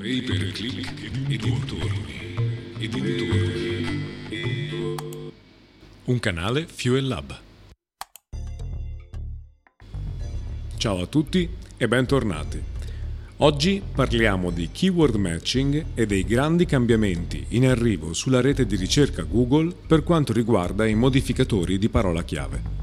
Paperclip e dintorni. Un canale Fuel Lab. Ciao a tutti e bentornati. Oggi parliamo di keyword matching e dei grandi cambiamenti in arrivo sulla rete di ricerca Google per quanto riguarda i modificatori di parola chiave.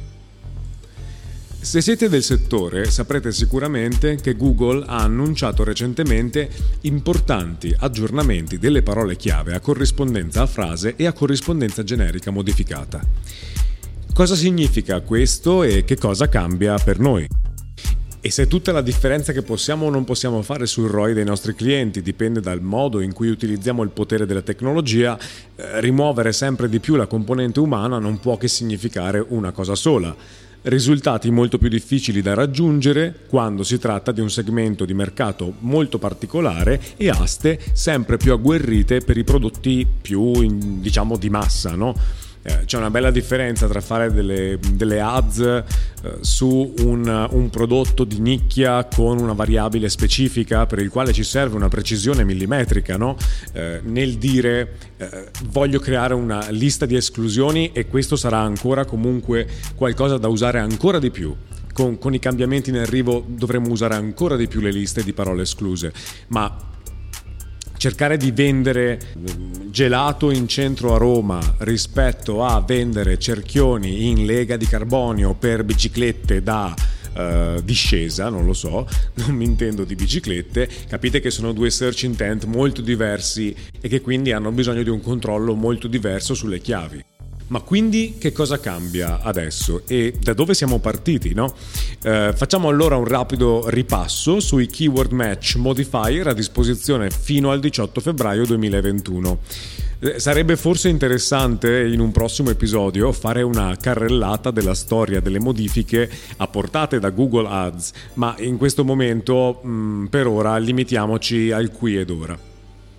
Se siete del settore saprete sicuramente che Google ha annunciato recentemente importanti aggiornamenti delle parole chiave a corrispondenza a frase e a corrispondenza generica modificata. Cosa significa questo e che cosa cambia per noi? E se tutta la differenza che possiamo o non possiamo fare sul ROI dei nostri clienti dipende dal modo in cui utilizziamo il potere della tecnologia, rimuovere sempre di più la componente umana non può che significare una cosa sola: risultati molto più difficili da raggiungere quando si tratta di un segmento di mercato molto particolare e aste sempre più agguerrite per i prodotti più, diciamo, di massa, no? C'è una bella differenza tra fare delle ads su un prodotto di nicchia con una variabile specifica per il quale ci serve una precisione millimetrica, no? Nel dire voglio creare una lista di esclusioni e questo sarà ancora comunque qualcosa da usare ancora di più. Con i cambiamenti in arrivo dovremo usare ancora di più le liste di parole escluse, ma cercare di vendere gelato in centro a Roma rispetto a vendere cerchioni in lega di carbonio per biciclette da discesa, non lo so, non mi intendo di biciclette, capite che sono due search intent molto diversi e che quindi hanno bisogno di un controllo molto diverso sulle chiavi. Ma quindi che cosa cambia adesso e da dove siamo partiti, no? Facciamo allora un rapido ripasso sui keyword match modifier a disposizione fino al 18 febbraio 2021. Sarebbe forse interessante in un prossimo episodio fare una carrellata della storia delle modifiche apportate da Google Ads, ma in questo momento per ora limitiamoci al qui ed ora.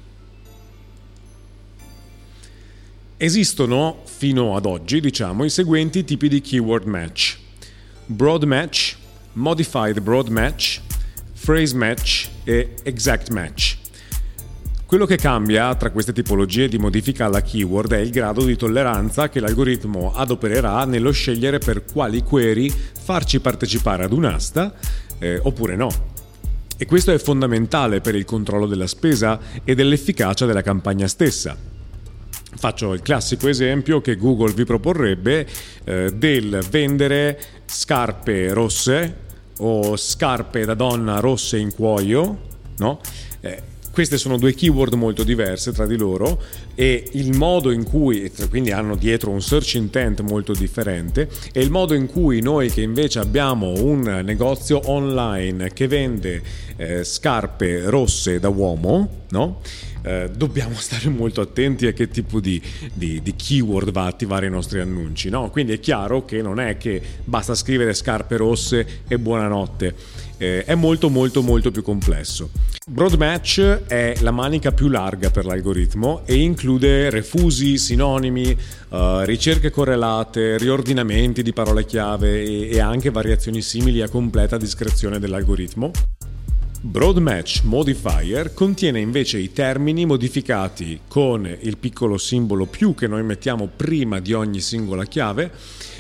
Esistono, fino ad oggi, i seguenti tipi di keyword match: broad match, modified broad match, phrase match e exact match. Quello che cambia tra queste tipologie di modifica alla keyword è il grado di tolleranza che l'algoritmo adopererà nello scegliere per quali query farci partecipare ad un'asta oppure no. E questo è fondamentale per il controllo della spesa e dell'efficacia della campagna stessa. Faccio il classico esempio che Google vi proporrebbe del vendere scarpe rosse o scarpe da donna rosse in cuoio, no? Queste sono due keyword molto diverse tra di loro e il modo in cui, quindi hanno dietro un search intent molto differente, e il modo in cui noi che invece abbiamo un negozio online che vende scarpe rosse da uomo, no? Dobbiamo stare molto attenti a che tipo di keyword va a attivare i nostri annunci, no? Quindi è chiaro che non è che basta scrivere scarpe rosse e buonanotte, è molto molto molto più complesso. Broad match è la manica più larga per l'algoritmo e include refusi, sinonimi, ricerche correlate, riordinamenti di parole chiave e anche variazioni simili a completa discrezione dell'algoritmo. Broad Match Modifier contiene invece i termini modificati con il piccolo simbolo più che noi mettiamo prima di ogni singola chiave,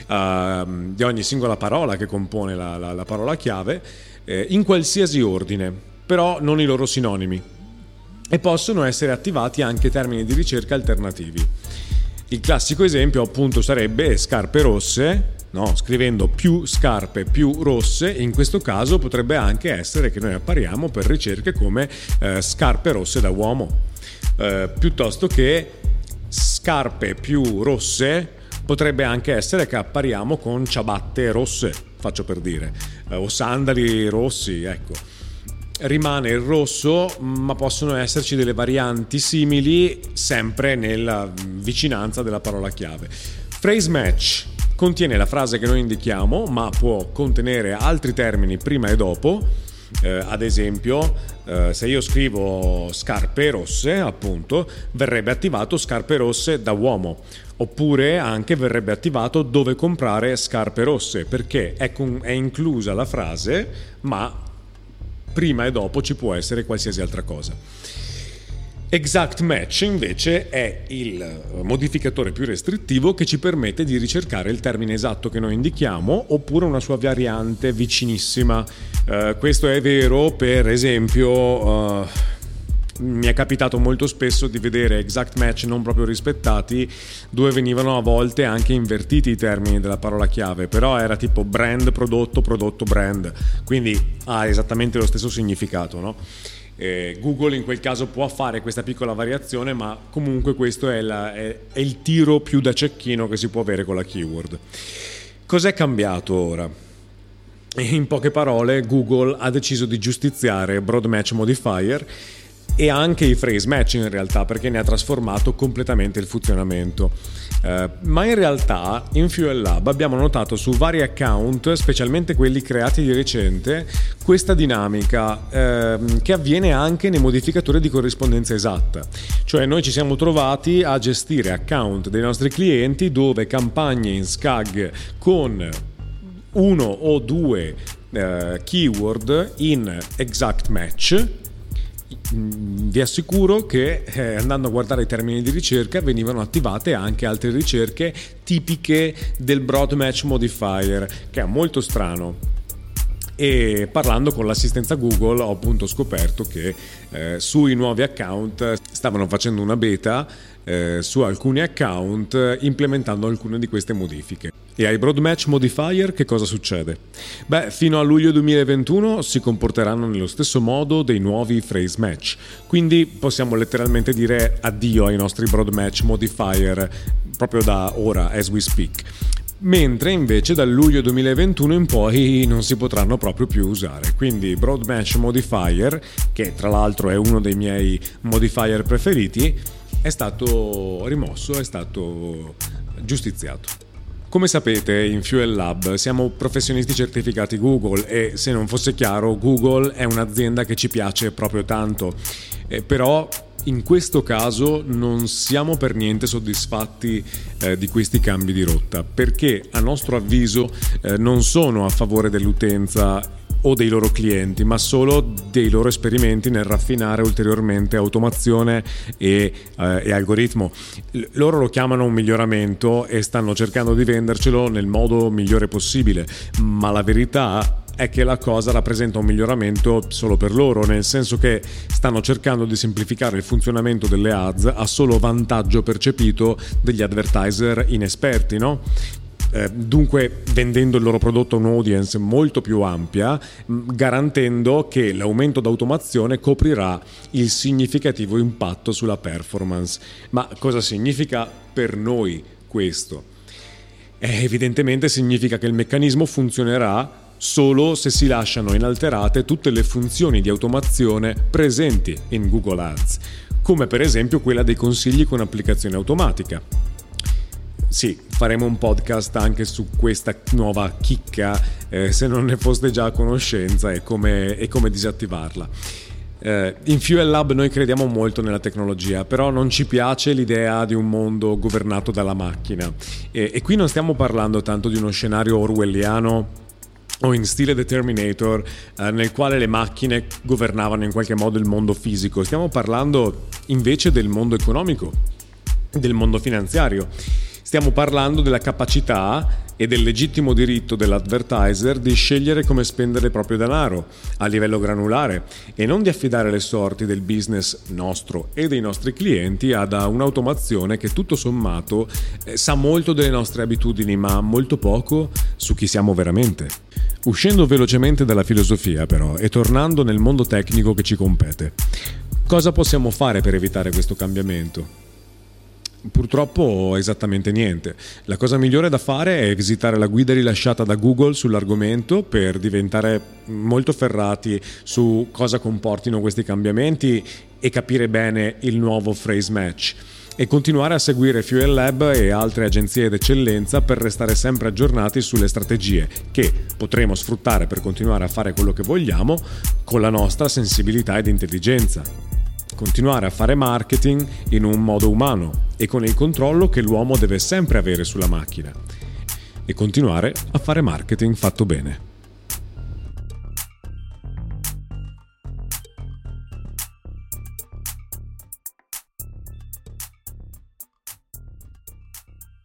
di ogni singola parola che compone la parola chiave, in qualsiasi ordine, però non i loro sinonimi. E possono essere attivati anche termini di ricerca alternativi. Il classico esempio appunto sarebbe scarpe rosse. No, scrivendo più scarpe più rosse, in questo caso potrebbe anche essere che noi appariamo per ricerche come scarpe rosse da uomo, piuttosto che scarpe più rosse potrebbe anche essere che appariamo con ciabatte rosse, faccio per dire, o sandali rossi, ecco. Rimane il rosso, ma possono esserci delle varianti simili sempre nella vicinanza della parola chiave. Phrase match contiene la frase che noi indichiamo, ma può contenere altri termini prima e dopo. Ad esempio, se io scrivo scarpe rosse, appunto, verrebbe attivato scarpe rosse da uomo, oppure anche verrebbe attivato dove comprare scarpe rosse, perché è inclusa la frase, ma prima e dopo ci può essere qualsiasi altra cosa. Exact Match invece è il modificatore più restrittivo che ci permette di ricercare il termine esatto che noi indichiamo oppure una sua variante vicinissima. Questo è vero, per esempio, mi è capitato molto spesso di vedere exact match non proprio rispettati, dove venivano a volte anche invertiti i termini della parola chiave, però era tipo brand, prodotto, prodotto, brand, quindi ha esattamente lo stesso significato, no? Google in quel caso può fare questa piccola variazione, ma comunque questo è il tiro più da cecchino che si può avere con la keyword. Cos'è cambiato ora? In poche parole, Google ha deciso di giustiziare Broad Match Modifier e anche i phrase match in realtà, perché ne ha trasformato completamente il funzionamento. Ma in realtà in Fuel Lab abbiamo notato su vari account, specialmente quelli creati di recente, questa dinamica che avviene anche nei modificatori di corrispondenza esatta. Cioè noi ci siamo trovati a gestire account dei nostri clienti dove campagne in SCAG con uno o due keyword in exact match, vi assicuro che andando a guardare i termini di ricerca venivano attivate anche altre ricerche tipiche del Broad Match Modifier, che è molto strano. E parlando con l'assistenza Google ho appunto scoperto che sui nuovi account stavano facendo una beta su alcuni account implementando alcune di queste modifiche. E ai Broad Match Modifier che cosa succede? Beh, fino a luglio 2021 si comporteranno nello stesso modo dei nuovi phrase match, quindi possiamo letteralmente dire addio ai nostri Broad Match Modifier proprio da ora, as we speak. Mentre invece dal luglio 2021 in poi non si potranno proprio più usare. Quindi Broad Match Modifier, che tra l'altro è uno dei miei modifier preferiti, è stato rimosso, è stato giustiziato. Come sapete, in Fuel Lab siamo professionisti certificati Google e, se non fosse chiaro, Google è un'azienda che ci piace proprio tanto, però in questo caso non siamo per niente soddisfatti di questi cambi di rotta, perché a nostro avviso non sono a favore dell'utenza o dei loro clienti, ma solo dei loro esperimenti nel raffinare ulteriormente automazione e algoritmo. Loro lo chiamano un miglioramento e stanno cercando di vendercelo nel modo migliore possibile, ma la verità è che la cosa rappresenta un miglioramento solo per loro, nel senso che stanno cercando di semplificare il funzionamento delle ads a solo vantaggio percepito degli advertiser inesperti, no? Dunque vendendo il loro prodotto a un'audience molto più ampia, garantendo che l'aumento d'automazione coprirà il significativo impatto sulla performance. Ma cosa significa per noi questo? Evidentemente significa che il meccanismo funzionerà solo se si lasciano inalterate tutte le funzioni di automazione presenti in Google Ads, come per esempio quella dei consigli con applicazione automatica. Sì, faremo un podcast anche su questa nuova chicca, se non ne foste già a conoscenza, e come disattivarla. In Fuel Lab noi crediamo molto nella tecnologia, però non ci piace l'idea di un mondo governato dalla macchina. E qui non stiamo parlando tanto di uno scenario orwelliano o in stile The Terminator, nel quale le macchine governavano in qualche modo il mondo fisico. Stiamo parlando invece del mondo economico, del mondo finanziario. Stiamo parlando della capacità e del legittimo diritto dell'advertiser di scegliere come spendere il proprio denaro a livello granulare e non di affidare le sorti del business nostro e dei nostri clienti ad un'automazione che tutto sommato sa molto delle nostre abitudini, ma molto poco su chi siamo veramente. Uscendo velocemente dalla filosofia però e tornando nel mondo tecnico che ci compete, cosa possiamo fare per evitare questo cambiamento? Purtroppo esattamente niente. La cosa migliore da fare è visitare la guida rilasciata da Google sull'argomento per diventare molto ferrati su cosa comportino questi cambiamenti e capire bene il nuovo phrase match, e continuare a seguire Fuel Lab e altre agenzie d'eccellenza per restare sempre aggiornati sulle strategie che potremo sfruttare per continuare a fare quello che vogliamo con la nostra sensibilità ed intelligenza. Continuare a fare marketing in un modo umano e con il controllo che l'uomo deve sempre avere sulla macchina. E continuare a fare marketing fatto bene.